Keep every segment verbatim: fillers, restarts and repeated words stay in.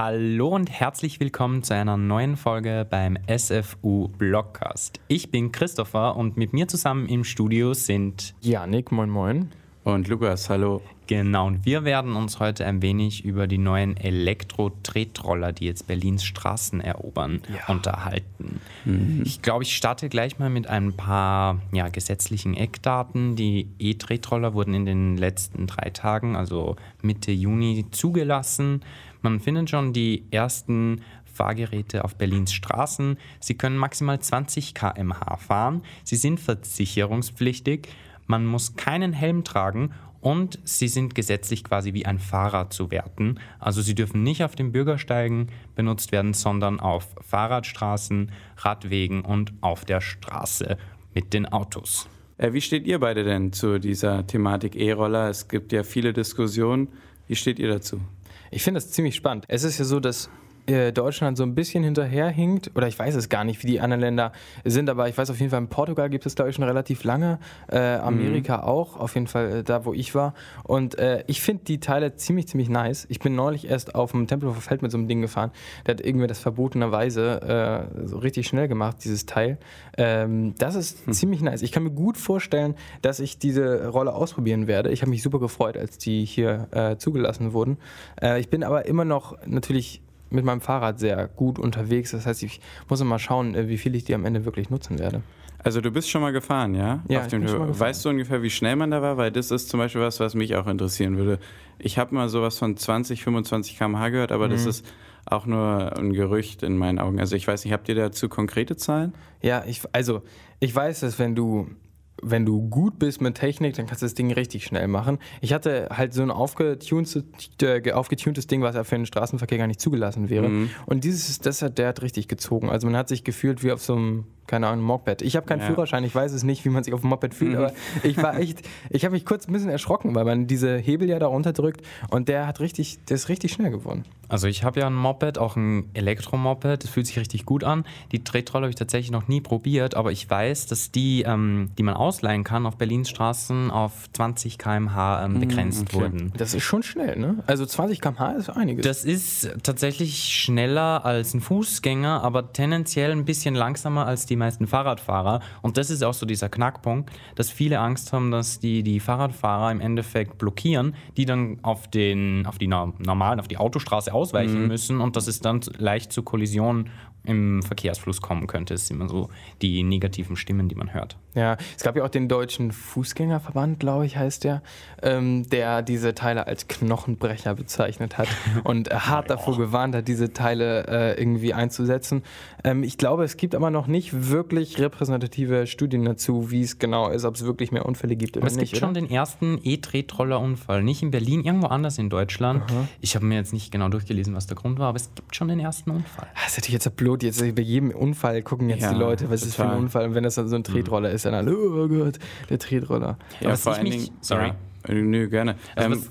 Hallo und herzlich willkommen zu einer neuen Folge beim S F U Blogcast. Ich bin Christopher und mit mir zusammen im Studio sind Janik, moin moin. Und Lukas, hallo. Genau, und wir werden uns heute ein wenig über die neuen Elektro-Tretroller, die jetzt Berlins Straßen erobern, ja. unterhalten. Mhm. Ich glaube, ich starte gleich mal mit ein paar ja, gesetzlichen Eckdaten. Die E-Tretroller wurden in den letzten drei Tagen, also Mitte Juni, zugelassen. Man findet schon die ersten Fahrgeräte auf Berlins Straßen. Sie können maximal zwanzig Kilometer pro Stunde fahren. Sie sind versicherungspflichtig. Man muss keinen Helm tragen und sie sind gesetzlich quasi wie ein Fahrrad zu werten. Also sie dürfen nicht auf den Bürgersteigen benutzt werden, sondern auf Fahrradstraßen, Radwegen und auf der Straße mit den Autos. Äh, wie steht ihr beide denn zu dieser Thematik E-Roller? Es gibt ja viele Diskussionen. Wie steht ihr dazu? Ich finde das ziemlich spannend. Es ist ja so, dass Deutschland so ein bisschen hinterherhinkt, oder ich weiß es gar nicht, wie die anderen Länder sind, aber ich weiß auf jeden Fall, in Portugal gibt es, glaube ich, schon relativ lange, äh, Amerika mhm. auch, auf jeden Fall äh, da, wo ich war. Und äh, ich finde die Teile ziemlich, ziemlich nice. Ich bin neulich erst auf dem Tempelhofer Feld mit so einem Ding gefahren, der hat irgendwie das verbotenerweise äh, so richtig schnell gemacht, dieses Teil. Ähm, das ist mhm. ziemlich nice. Ich kann mir gut vorstellen, dass ich diese Rolle ausprobieren werde. Ich habe mich super gefreut, als die hier äh, zugelassen wurden. Äh, ich bin aber immer noch natürlich mit meinem Fahrrad sehr gut unterwegs. Das heißt, ich muss mal schauen, wie viel ich die am Ende wirklich nutzen werde. Also du bist schon mal gefahren, ja? Ja, Auf ich dem bin schon mal gefahren. Weißt du ungefähr, wie schnell man da war? Weil das ist zum Beispiel was, was mich auch interessieren würde. Ich habe mal sowas von zwanzig, fünfundzwanzig Kilometer pro Stunde gehört, aber mhm. das ist auch nur ein Gerücht in meinen Augen. Also ich weiß nicht, habt ihr dazu konkrete Zahlen? Ja, ich, also ich weiß, dass wenn du wenn du gut bist mit Technik, dann kannst du das Ding richtig schnell machen. Ich hatte halt so ein aufgetuntes, äh, aufgetuntes Ding, was ja für den Straßenverkehr gar nicht zugelassen wäre. Mhm. Und dieses, das hat, der hat richtig gezogen. Also man hat sich gefühlt wie auf so einem, keine Ahnung, Moped. Ich habe keinen ja. Führerschein, ich weiß es nicht, wie man sich auf dem Moped fühlt, mhm. aber ich war echt, ich habe mich kurz ein bisschen erschrocken, weil man diese Hebel ja da runterdrückt und der hat richtig, der ist richtig schnell geworden. Also ich habe ja ein Moped, auch ein Elektromoped, das fühlt sich richtig gut an. Die Tretroller habe ich tatsächlich noch nie probiert, aber ich weiß, dass die, ähm, die man ausleihen kann, auf Berlins Straßen auf zwanzig Kilometer pro Stunde ähm, begrenzt okay. wurden. Das ist schon schnell, ne? Also zwanzig Kilometer pro Stunde ist einiges. Das ist tatsächlich schneller als ein Fußgänger, aber tendenziell ein bisschen langsamer als die meisten Fahrradfahrer. Und das ist auch so dieser Knackpunkt, dass viele Angst haben, dass die, die Fahrradfahrer im Endeffekt blockieren, die dann auf, den, auf die normalen, auf die Autostraße ausweichen mhm. müssen und dass es dann leicht zu Kollisionen im Verkehrsfluss kommen könnte. Das sind immer so die negativen Stimmen, die man hört. Ja, es gab ja auch den Deutschen Fußgängerverband, glaube ich, heißt der, ähm, der diese Teile als Knochenbrecher bezeichnet hat und äh, hart ja. davor gewarnt hat, diese Teile äh, irgendwie einzusetzen. Ähm, ich glaube, es gibt aber noch nicht wirklich repräsentative Studien dazu, wie es genau ist, ob es wirklich mehr Unfälle gibt oder aber es nicht. Es gibt oder? schon den ersten E-Tretroller-Unfall. Nicht in Berlin, irgendwo anders in Deutschland. Aha. Ich habe mir jetzt nicht genau durchgelesen, was der Grund war, aber es gibt schon den ersten Unfall. Das ist natürlich jetzt ein Blut. Jetzt bei jedem Unfall gucken jetzt ja, die Leute, was total. ist für ein Unfall. Und wenn das dann so ein Tretroller mhm. ist, dann alle, oh Gott, der Tretroller. Ja, ja vor allen Dingen, sorry. Ja. Nö, gerne. Also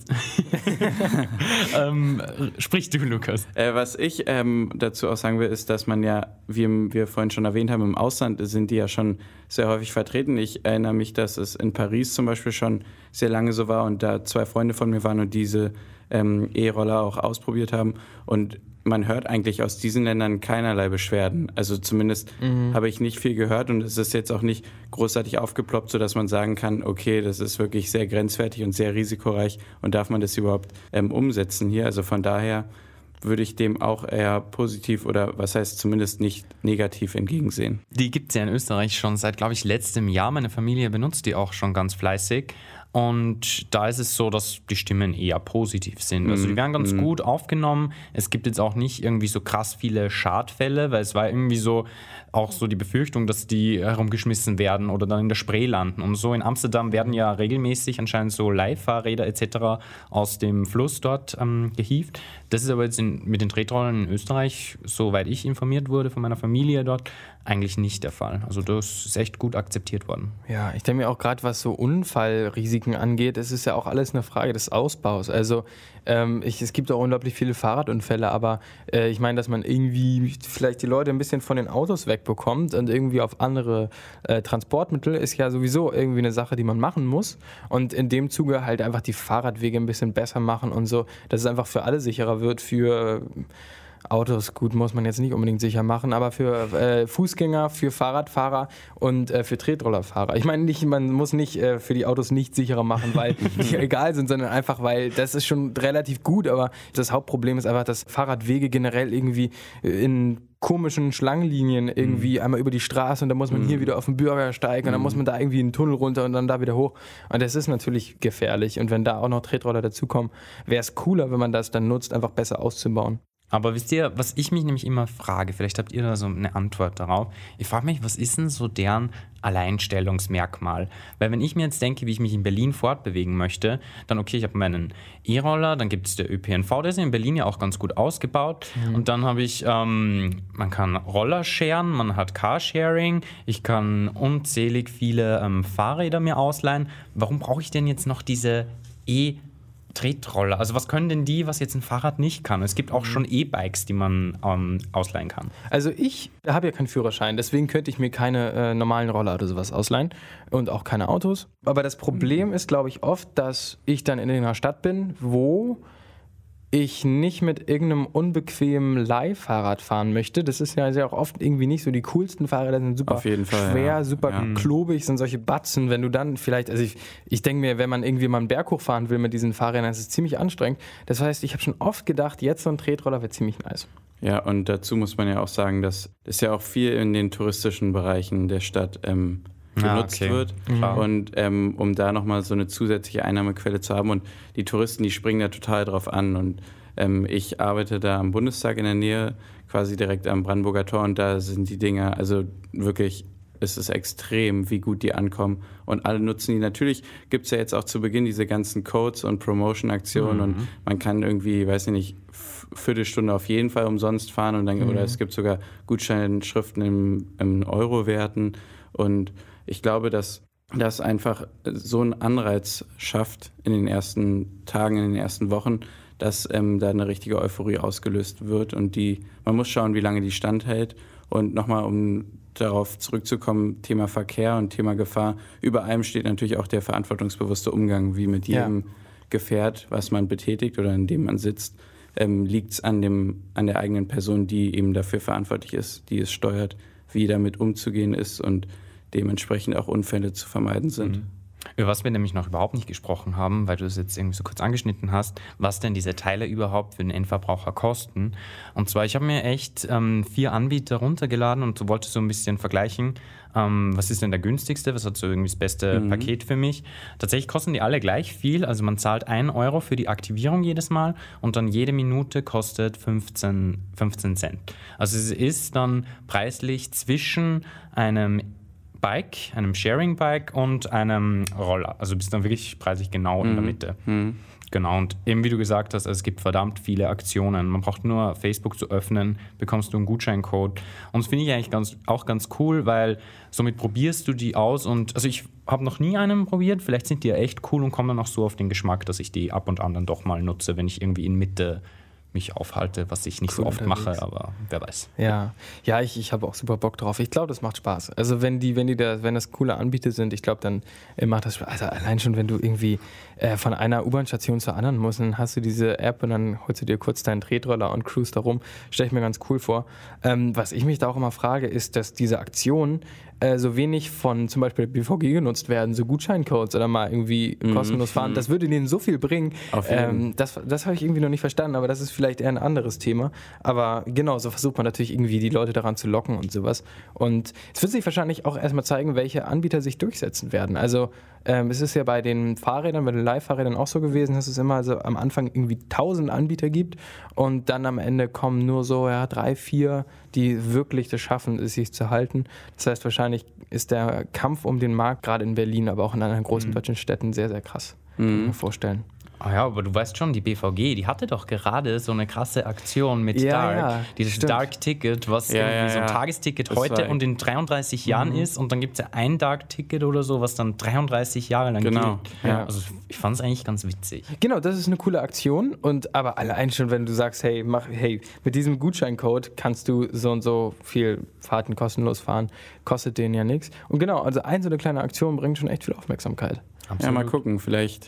ähm, ähm, sprich du, Lukas. Äh, was ich ähm, dazu auch sagen will, ist, dass man ja, wie wir vorhin schon erwähnt haben, im Ausland sind die ja schon sehr häufig vertreten. Ich erinnere mich, dass es in Paris zum Beispiel schon sehr lange so war und da zwei Freunde von mir waren und diese ähm, E-Roller auch ausprobiert haben. Und man hört eigentlich aus diesen Ländern keinerlei Beschwerden. Also zumindest mhm. habe ich nicht viel gehört und es ist jetzt auch nicht großartig aufgeploppt, sodass man sagen kann, okay, das ist wirklich sehr grenzwertig und sehr risikoreich und darf man das überhaupt ähm, umsetzen hier? Also von daher würde ich dem auch eher positiv oder was heißt zumindest nicht negativ entgegensehen. Die gibt es ja in Österreich schon seit, glaube ich, letztem Jahr. Meine Familie benutzt die auch schon ganz fleißig. Und da ist es so, dass die Stimmen eher positiv sind. Also die werden ganz mm. gut aufgenommen. Es gibt jetzt auch nicht irgendwie so krass viele Schadfälle, weil es war irgendwie so auch so die Befürchtung, dass die herumgeschmissen werden oder dann in der Spree landen. Und so in Amsterdam werden ja regelmäßig anscheinend so Leihfahrräder et cetera aus dem Fluss dort ähm, gehievt. Das ist aber jetzt in, mit den Tretrollern in Österreich, soweit ich informiert wurde von meiner Familie dort, eigentlich nicht der Fall. Also das ist echt gut akzeptiert worden. Ja, ich denke mir auch gerade, was so Unfallrisiken angeht, es ist ja auch alles eine Frage des Ausbaus. Also ähm, ich, es gibt auch unglaublich viele Fahrradunfälle, aber äh, ich meine, dass man irgendwie vielleicht die Leute ein bisschen von den Autos wegbekommt und irgendwie auf andere äh, Transportmittel, ist ja sowieso irgendwie eine Sache, die man machen muss. Und in dem Zuge halt einfach die Fahrradwege ein bisschen besser machen und so, dass es einfach für alle sicherer wird, für Autos, gut, muss man jetzt nicht unbedingt sicher machen, aber für äh, Fußgänger, für Fahrradfahrer und äh, für Tretrollerfahrer. Ich meine, nicht, man muss nicht äh, für die Autos nicht sicherer machen, weil die egal sind, sondern einfach, weil das ist schon relativ gut, aber das Hauptproblem ist einfach, dass Fahrradwege generell irgendwie in komischen Schlangenlinien irgendwie mhm. einmal über die Straße und dann muss man mhm. hier wieder auf den Bürgersteig und mhm. dann muss man da irgendwie einen Tunnel runter und dann da wieder hoch. Und das ist natürlich gefährlich. Und wenn da auch noch Tretroller dazukommen, wäre es cooler, wenn man das dann nutzt, einfach besser auszubauen. Aber wisst ihr, was ich mich nämlich immer frage, vielleicht habt ihr da so eine Antwort darauf. Ich frage mich, was ist denn so deren Alleinstellungsmerkmal? Weil wenn ich mir jetzt denke, wie ich mich in Berlin fortbewegen möchte, dann okay, ich habe meinen E-Roller, dann gibt es der Ö P N V, der ist in Berlin ja auch ganz gut ausgebaut. Mhm. Und dann habe ich, ähm, man kann Roller sharen, man hat Carsharing, ich kann unzählig viele ähm, Fahrräder mir ausleihen. Warum brauche ich denn jetzt noch diese E- Tretroller, also was können denn die, was jetzt ein Fahrrad nicht kann? Es gibt auch schon E-Bikes, die man ähm, ausleihen kann. Also ich habe ja keinen Führerschein, deswegen könnte ich mir keine äh, normalen Roller oder sowas ausleihen und auch keine Autos. Aber das Problem mhm. ist, glaube ich, oft, dass ich dann in einer Stadt bin, wo ich nicht mit irgendeinem unbequemen Leihfahrrad fahren möchte. Das ist ja sehr auch oft irgendwie nicht so die coolsten Fahrräder, sind super Auf jeden Fall, schwer, ja. super ja. klobig, sind solche Batzen. Wenn du dann vielleicht, also ich, ich denke mir, wenn man irgendwie mal einen Berg hochfahren will mit diesen Fahrrädern, das ist ziemlich anstrengend. Das heißt, ich habe schon oft gedacht, jetzt so ein Tretroller wäre ziemlich nice. Ja, und dazu muss man ja auch sagen, dass es ja auch viel in den touristischen Bereichen der Stadt ähm, genutzt ah, okay. wird. Mhm. Und ähm, um da nochmal so eine zusätzliche Einnahmequelle zu haben. Und die Touristen, die springen da total drauf an. Und ähm, ich arbeite da am Bundestag in der Nähe, quasi direkt am Brandenburger Tor. Und da sind die Dinger, also wirklich, es ist extrem, wie gut die ankommen. Und alle nutzen die. Natürlich gibt es ja jetzt auch zu Beginn diese ganzen Codes und Promotion-Aktionen. Mhm. Und man kann irgendwie, weiß ich nicht, Viertelstunde auf jeden Fall umsonst fahren. Und dann, mhm. Oder es gibt sogar Gutscheinschriften im, im Euro-Werten. Und ich glaube, dass das einfach so einen Anreiz schafft in den ersten Tagen, in den ersten Wochen, dass ähm, da eine richtige Euphorie ausgelöst wird. Und die, man muss schauen, wie lange die standhält. Und nochmal, um darauf zurückzukommen, Thema Verkehr und Thema Gefahr. Über allem steht natürlich auch der verantwortungsbewusste Umgang, wie mit jedem ja. Gefährt, was man betätigt oder in dem man sitzt, ähm, liegt es an dem, an der eigenen Person, die eben dafür verantwortlich ist, die es steuert, wie damit umzugehen ist und dementsprechend auch Unfälle zu vermeiden sind. Mhm. Über was wir nämlich noch überhaupt nicht gesprochen haben, weil du es jetzt irgendwie so kurz angeschnitten hast, was denn diese Teile überhaupt für den Endverbraucher kosten. Und zwar, ich habe mir echt ähm, vier Anbieter runtergeladen und wollte so ein bisschen vergleichen, ähm, was ist denn der günstigste, was hat so irgendwie das beste mhm. Paket für mich. Tatsächlich kosten die alle gleich viel, also man zahlt einen Euro für die Aktivierung jedes Mal und dann jede Minute kostet fünfzehn Cent. Also es ist dann preislich zwischen einem Bike, einem Sharing-Bike und einem Roller. Also bist dann wirklich preislich genau mhm. in der Mitte. Mhm. Genau, und eben wie du gesagt hast, es gibt verdammt viele Aktionen. Man braucht nur Facebook zu öffnen, bekommst du einen Gutscheincode. Und das finde ich eigentlich ganz, auch ganz cool, weil somit probierst du die aus. Und also ich habe noch nie einen probiert, vielleicht sind die ja echt cool und kommen dann auch so auf den Geschmack, dass ich die ab und an dann doch mal nutze, wenn ich irgendwie in Mitte mich aufhalte, was ich nicht cool so oft unterwegs. mache, aber wer weiß. Ja, ja, ich, ich habe auch super Bock drauf. Ich glaube, das macht Spaß. Also wenn die, wenn die da, wenn das coole Anbieter sind, ich glaube, dann äh, macht das Spaß. Also allein schon, wenn du irgendwie äh, von einer U-Bahn-Station zur anderen musst, dann hast du diese App und dann holst du dir kurz deinen Tretroller und cruise da rum. Stelle ich mir ganz cool vor. Ähm, was ich mich da auch immer frage, ist, dass diese Aktionen äh, so wenig von zum Beispiel der B V G genutzt werden, so Gutscheincodes oder mal irgendwie mhm. kostenlos fahren. Das würde denen so viel bringen. Ähm, das das habe ich irgendwie noch nicht verstanden, aber das ist vielleicht eher ein anderes Thema. Aber genau, so versucht man natürlich irgendwie die Leute daran zu locken und sowas. Und es wird sich wahrscheinlich auch erstmal zeigen, welche Anbieter sich durchsetzen werden. Also ähm, es ist ja bei den Fahrrädern, bei den Leihfahrrädern auch so gewesen, dass es immer so am Anfang irgendwie tausend Anbieter gibt und dann am Ende kommen nur so ja, drei, vier, die wirklich das schaffen, es sich zu halten. Das heißt, wahrscheinlich ist der Kampf um den Markt, gerade in Berlin, aber auch in anderen großen mhm. deutschen Städten, sehr, sehr krass. Mhm. Kann ich mir vorstellen. Oh ja, aber du weißt schon, die B V G, die hatte doch gerade so eine krasse Aktion mit ja, Dark. Ja, dieses stimmt. Dark-Ticket, was ja, irgendwie ja, so ein ja. Tagesticket das heute und in dreiunddreißig Jahren mhm. ist. Und dann gibt es ja ein Dark-Ticket oder so, was dann dreiunddreißig Jahre lang genau. geht. Ja. Also ich fand es eigentlich ganz witzig. Genau, das ist eine coole Aktion. Und aber allein schon, wenn du sagst, hey, mach, hey, mit diesem Gutscheincode kannst du so und so viel Fahrten kostenlos fahren, kostet denen ja nichts. Und genau, also eine so eine kleine Aktion bringt schon echt viel Aufmerksamkeit. Absolut. Ja, mal gucken, vielleicht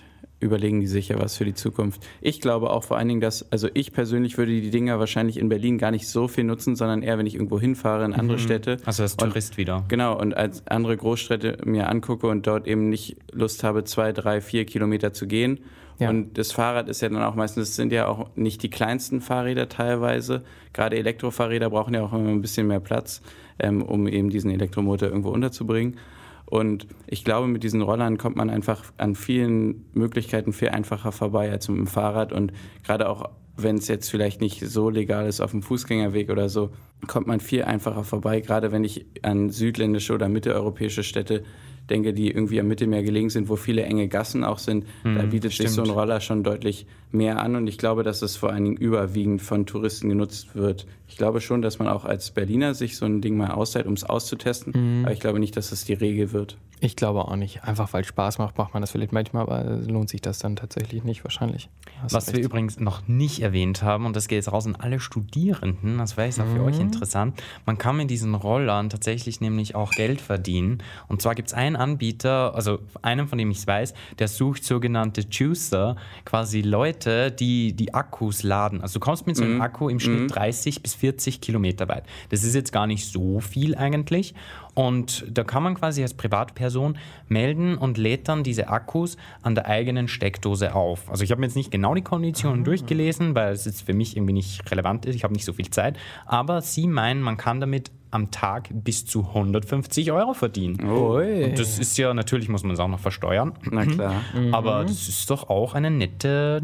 überlegen die sicher was für die Zukunft. Ich glaube auch vor allen Dingen, dass, also ich persönlich würde die Dinger wahrscheinlich in Berlin gar nicht so viel nutzen, sondern eher, wenn ich irgendwo hinfahre in andere mhm. Städte. Also als Tourist und, wieder. Genau, und als andere Großstädte mir angucke und dort eben nicht Lust habe, zwei, drei, vier Kilometer zu gehen. Ja. Und das Fahrrad ist ja dann auch meistens, das sind ja auch nicht die kleinsten Fahrräder teilweise. Gerade Elektrofahrräder brauchen ja auch immer ein bisschen mehr Platz, ähm, um eben diesen Elektromotor irgendwo unterzubringen. Und ich glaube, mit diesen Rollern kommt man einfach an vielen Möglichkeiten viel einfacher vorbei als mit dem Fahrrad. Und gerade auch, wenn es jetzt vielleicht nicht so legal ist auf dem Fußgängerweg oder so, kommt man viel einfacher vorbei. Gerade wenn ich an südländische oder mitteleuropäische Städte denke, die irgendwie am Mittelmeer gelegen sind, wo viele enge Gassen auch sind, hm, da bietet stimmt. sich so ein Roller schon deutlich mehr an. Und ich glaube, dass es vor allen Dingen überwiegend von Touristen genutzt wird. Ich glaube schon, dass man auch als Berliner sich so ein Ding mal ausleiht, um es auszutesten. Mhm. Aber ich glaube nicht, dass es die Regel wird. Ich glaube auch nicht. Einfach weil es Spaß macht, macht man das vielleicht manchmal, aber lohnt sich das dann tatsächlich nicht wahrscheinlich. Hast Was wir übrigens noch nicht erwähnt haben, und das geht jetzt raus an alle Studierenden, das wäre jetzt auch für mhm. euch interessant, man kann mit diesen Rollern tatsächlich nämlich auch Geld verdienen. Und zwar gibt es einen Anbieter, also einen, von dem ich es weiß, der sucht sogenannte Juicer, quasi Leute, die die Akkus laden. Also du kommst mit so einem mhm. Akku im Schnitt mhm. dreißig bis vierzig Kilometer weit. Das ist jetzt gar nicht so viel eigentlich. Und da kann man quasi als Privatperson melden und lädt dann diese Akkus an der eigenen Steckdose auf. Also ich habe mir jetzt nicht genau die Konditionen ah. durchgelesen, weil es jetzt für mich irgendwie nicht relevant ist. Ich habe nicht so viel Zeit. Aber sie meinen, man kann damit am Tag bis zu hundertfünfzig Euro verdienen. Oh. Und das ist ja, natürlich muss man es auch noch versteuern. Na klar. Mhm. Aber das ist doch auch eine nette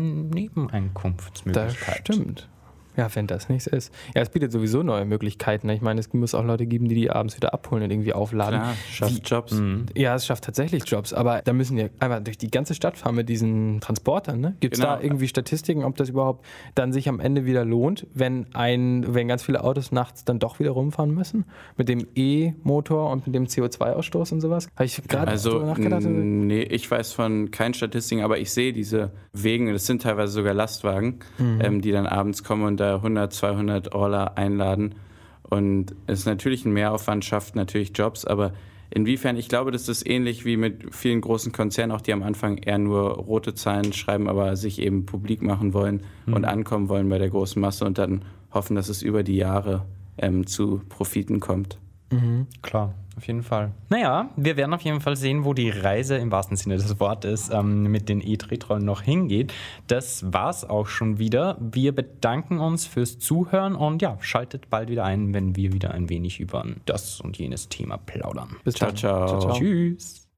Nebeneinkunftsmöglichkeit. Das stimmt. Ja, wenn das nichts ist. Ja, es bietet sowieso neue Möglichkeiten. Ich meine, es muss auch Leute geben, die die abends wieder abholen und irgendwie aufladen. Klar, schafft Wie, Jobs. Mhm. Ja, es schafft tatsächlich Jobs. Aber da müssen wir einmal durch die ganze Stadt fahren mit diesen Transportern. Ne? Gibt es genau. da irgendwie Statistiken, ob das überhaupt dann sich am Ende wieder lohnt, wenn, ein, wenn ganz viele Autos nachts dann doch wieder rumfahren müssen? Mit dem E-Motor und mit dem C O zwei Ausstoß und sowas? Habe ich gerade also, drüber nachgedacht? Nee, ich weiß von keinen Statistiken, aber ich sehe diese Wegen, das sind teilweise sogar Lastwagen, mhm. ähm, die dann abends kommen und da hundert, zweihundert Roller einladen. Und es ist natürlich ein Mehraufwand, schafft natürlich Jobs, aber inwiefern, ich glaube, das ist ähnlich wie mit vielen großen Konzernen, auch die am Anfang eher nur rote Zahlen schreiben, aber sich eben publik machen wollen mhm. und ankommen wollen bei der großen Masse und dann hoffen, dass es über die Jahre ähm, zu Profiten kommt. Mhm. Klar, auf jeden Fall. Naja, wir werden auf jeden Fall sehen, wo die Reise im wahrsten Sinne des Wortes ähm, mit den E-Tretrollen noch hingeht. Das war's auch schon wieder. Wir bedanken uns fürs Zuhören und ja, schaltet bald wieder ein, wenn wir wieder ein wenig über das und jenes Thema plaudern. Bis ciao, dann. ciao. ciao, ciao. Tschüss.